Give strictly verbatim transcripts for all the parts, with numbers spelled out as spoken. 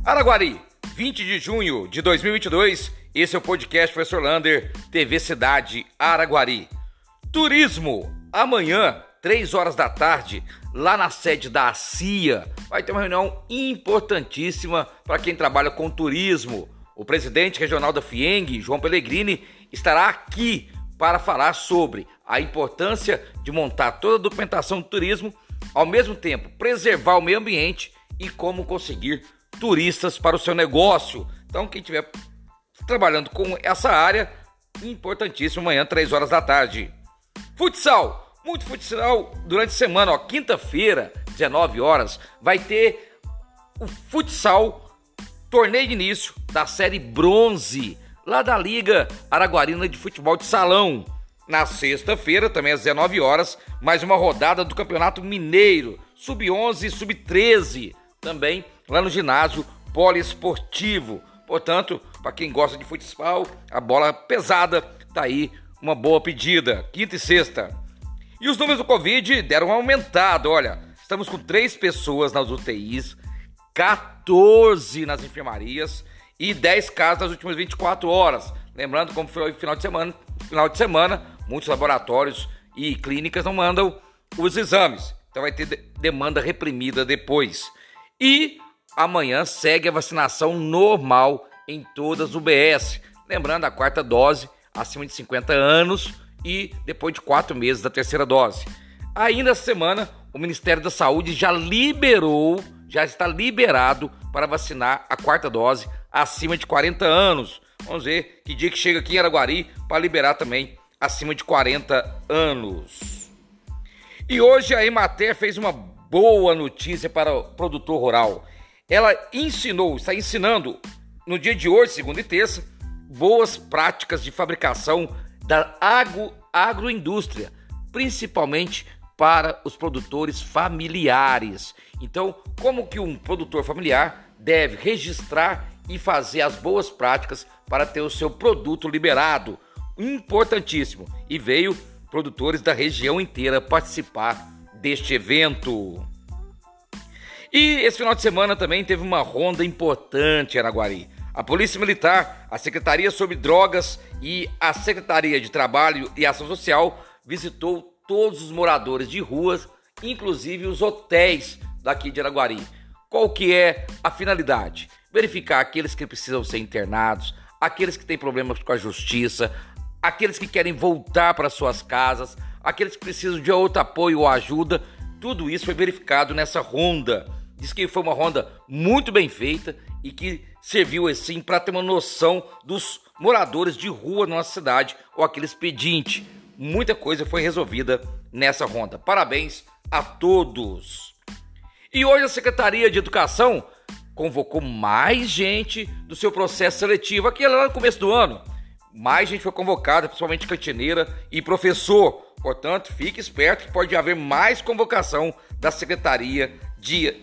Araguari, vinte de junho de dois mil e vinte e dois, esse é o podcast Professor Lander, T V Cidade Araguari. Turismo, amanhã, três horas da tarde, lá na sede da C I A, vai ter uma reunião importantíssima para quem trabalha com turismo. O presidente regional da FIENG, João Pellegrini, estará aqui para falar sobre a importância de montar toda a documentação do turismo, ao mesmo tempo preservar o meio ambiente e como conseguir turistas para o seu negócio. Então, quem estiver trabalhando com essa área, importantíssimo, amanhã, três horas da tarde. Futsal, muito futsal durante a semana, ó, quinta-feira, dezenove horas, vai ter o futsal, torneio de início da série bronze, lá da Liga Araguarina de Futebol de Salão. Na sexta-feira, também às dezenove horas, mais uma rodada do Campeonato Mineiro, sub onze e sub treze, também lá no ginásio poliesportivo. Portanto, para quem gosta de futsal, a bola pesada, tá aí uma boa pedida, quinta e sexta. E os números do Covid deram uma aumentada, olha, estamos com três pessoas nas U T Is, quatorze nas enfermarias e dez casos nas últimas vinte e quatro horas. Lembrando, como foi o final de semana, final de semana, muitos laboratórios e clínicas não mandam os exames, então vai ter demanda reprimida depois. E amanhã segue a vacinação normal em todas as U B S. Lembrando, a quarta dose acima de cinquenta anos e depois de quatro meses da terceira dose. Ainda essa semana, o Ministério da Saúde já liberou, já está liberado para vacinar a quarta dose acima de quarenta anos. Vamos ver que dia que chega aqui em Araguari para liberar também acima de quarenta anos. E hoje a Emater fez uma boa notícia para o produtor rural. Ela ensinou, está ensinando no dia de hoje, segunda e terça, boas práticas de fabricação da agro, agroindústria, principalmente para os produtores familiares. Então, como que um produtor familiar deve registrar e fazer as boas práticas para ter o seu produto liberado? Importantíssimo. E veio produtores da região inteira participar deste evento. E esse final de semana também teve uma ronda importante em Araguari. A Polícia Militar, a Secretaria sobre Drogas e a Secretaria de Trabalho e Ação Social visitou todos os moradores de ruas, inclusive os hotéis daqui de Araguari. Qual que é a finalidade? Verificar aqueles que precisam ser internados, aqueles que têm problemas com a justiça, aqueles que querem voltar para suas casas, aqueles que precisam de outro apoio ou ajuda. Tudo isso foi verificado nessa ronda. Diz que foi uma ronda muito bem feita e que serviu assim para ter uma noção dos moradores de rua na nossa cidade ou aqueles pedintes. Muita coisa foi resolvida nessa ronda. Parabéns a todos. E hoje a Secretaria de Educação convocou mais gente do seu processo seletivo. Aqui lá no começo do ano, mais gente foi convocada, principalmente cantineira e professor. Portanto, fique esperto que pode haver mais convocação da Secretaria de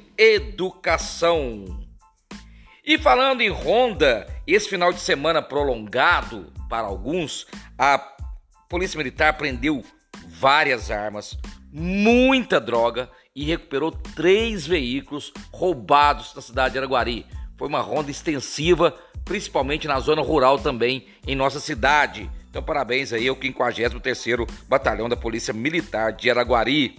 Educação. E falando em ronda, esse final de semana prolongado para alguns, a Polícia Militar prendeu várias armas, muita droga e recuperou três veículos roubados na cidade de Araguari. Foi uma ronda extensiva, principalmente na zona rural também em nossa cidade. Então parabéns aí ao quinquagésimo terceiro Batalhão da Polícia Militar de Araguari.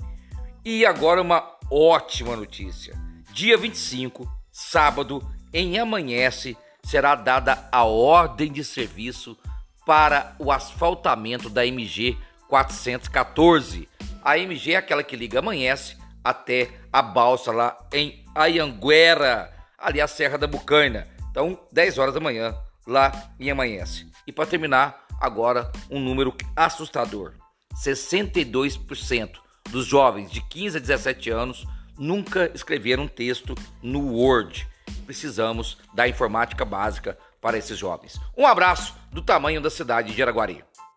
E agora uma ótima notícia. Dia vinte e cinco, sábado, em Amanhece, será dada a ordem de serviço para o asfaltamento da M G quatrocentos e quatorze. A M G é aquela que liga Amanhece até a balsa lá em Anhanguera, ali a Serra da Bucaina. Então, dez horas da manhã, lá em Amanhece. E para terminar, agora um número assustador. sessenta e dois por cento dos jovens de quinze a dezessete anos nunca escreveram um texto no Word. Precisamos da informática básica para esses jovens. Um abraço do tamanho da cidade de Araguari.